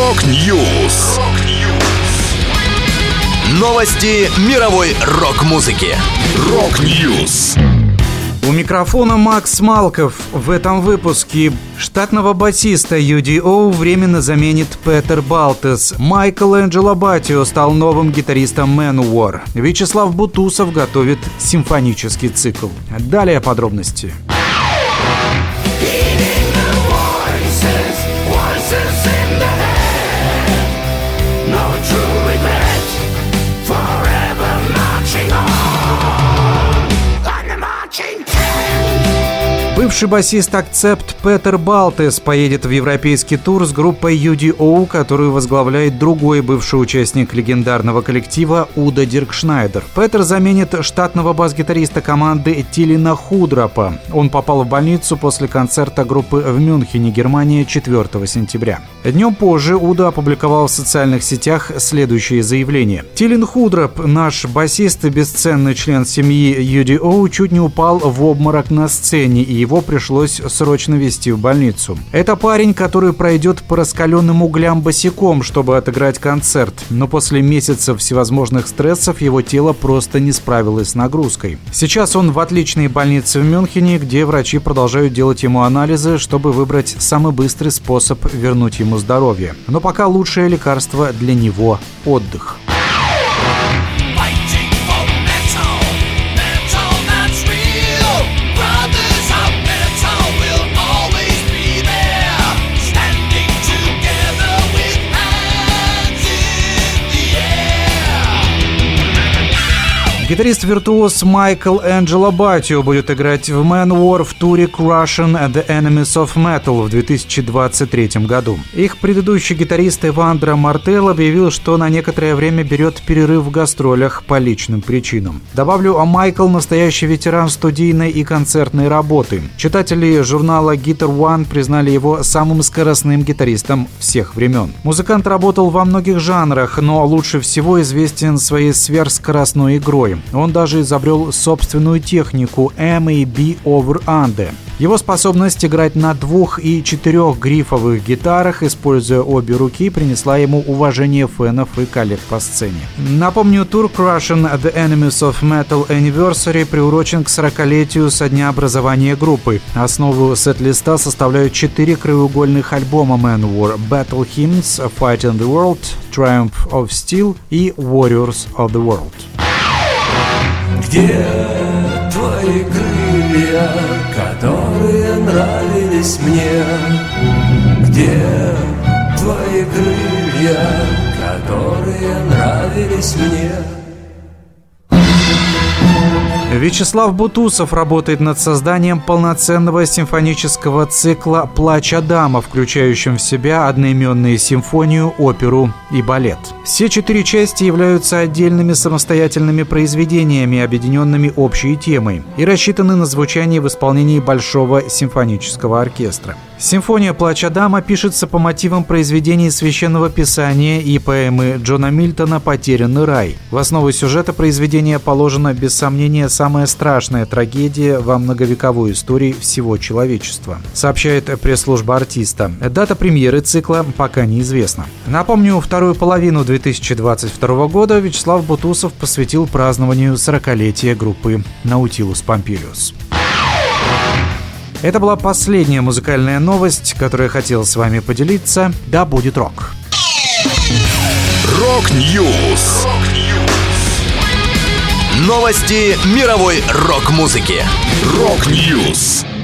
Рок-Ньюс. Новости мировой рок-музыки. Рок-Ньюс. У микрофона Макс Малков. В этом выпуске штатного басиста UDO временно заменит Петер Балтес. Майкл Энджело Батио стал новым гитаристом Manowar. Вячеслав Бутусов готовит симфонический цикл. Далее подробности. Бывший басист Accept Петер Балтес поедет в европейский тур с группой UDO, которую возглавляет другой бывший участник легендарного коллектива Уда Диркшнайдер. Петер заменит штатного бас-гитариста команды Тилина Худропа. Он попал в больницу после концерта группы в Мюнхене, Германия, 4 сентября. Днем позже Уда опубликовал в социальных сетях следующее заявление. Тилин Худроп, наш басист и бесценный член семьи UDO, чуть не упал в обморок на сцене, и его пришлось срочно везти в больницу. Это парень, который пройдет по раскаленным углям босиком, чтобы отыграть концерт. Но после месяцев всевозможных стрессов его тело просто не справилось с нагрузкой. Сейчас он в отличной больнице в Мюнхене, где врачи продолжают делать ему анализы, чтобы выбрать самый быстрый способ вернуть ему здоровье. Но пока лучшее лекарство для него – отдых. Гитарист-виртуоз Майкл Энджело Батио будет играть в Manowar в туре Crushing the Enemies of Metal в 2023 году. Их предыдущий гитарист Эвандро Мартел объявил, что на некоторое время берет перерыв в гастролях по личным причинам. Добавлю, Майкл – настоящий ветеран студийной и концертной работы. Читатели журнала Guitar One признали его самым скоростным гитаристом всех времен. Музыкант работал во многих жанрах, но лучше всего известен своей сверхскоростной игрой. Он даже изобрел собственную технику MAB over under. Его способность играть на 2- и 4-грифовых гитарах, используя обе руки, принесла ему уважение фенов и коллег по сцене. Напомню, тур Crushing the Enemies of Metal Anniversary приурочен к 40-летию со дня образования группы. Основу сет-листа составляют 4 краеугольных альбома Manowar: Battle Hymns, Fight in the World, Triumph of Steel и Warriors of the World. Где твои крылья, которые нравились мне? Где твои крылья, которые нравились мне? Вячеслав Бутусов работает над созданием полноценного симфонического цикла «Плач Адама», включающим в себя одноименную симфонию, оперу и балет. Все 4 части являются отдельными самостоятельными произведениями, объединенными общей темой, и рассчитаны на звучание в исполнении Большого симфонического оркестра. Симфония «Плач Адама» пишется по мотивам произведений Священного Писания и поэмы Джона Мильтона «Потерянный рай». В основу сюжета произведения положена, без сомнения, самая страшная трагедия во многовековой истории всего человечества, сообщает пресс-служба артиста. Дата премьеры цикла пока неизвестна. Напомню, вторую половину 2022 года Вячеслав Бутусов посвятил празднованию 40-летия группы Nautilus Pompilius. Это была последняя музыкальная новость, которую я хотел с вами поделиться. Да будет рок! Рок-Ньюс. Новости мировой рок-музыки. Рок-Ньюс.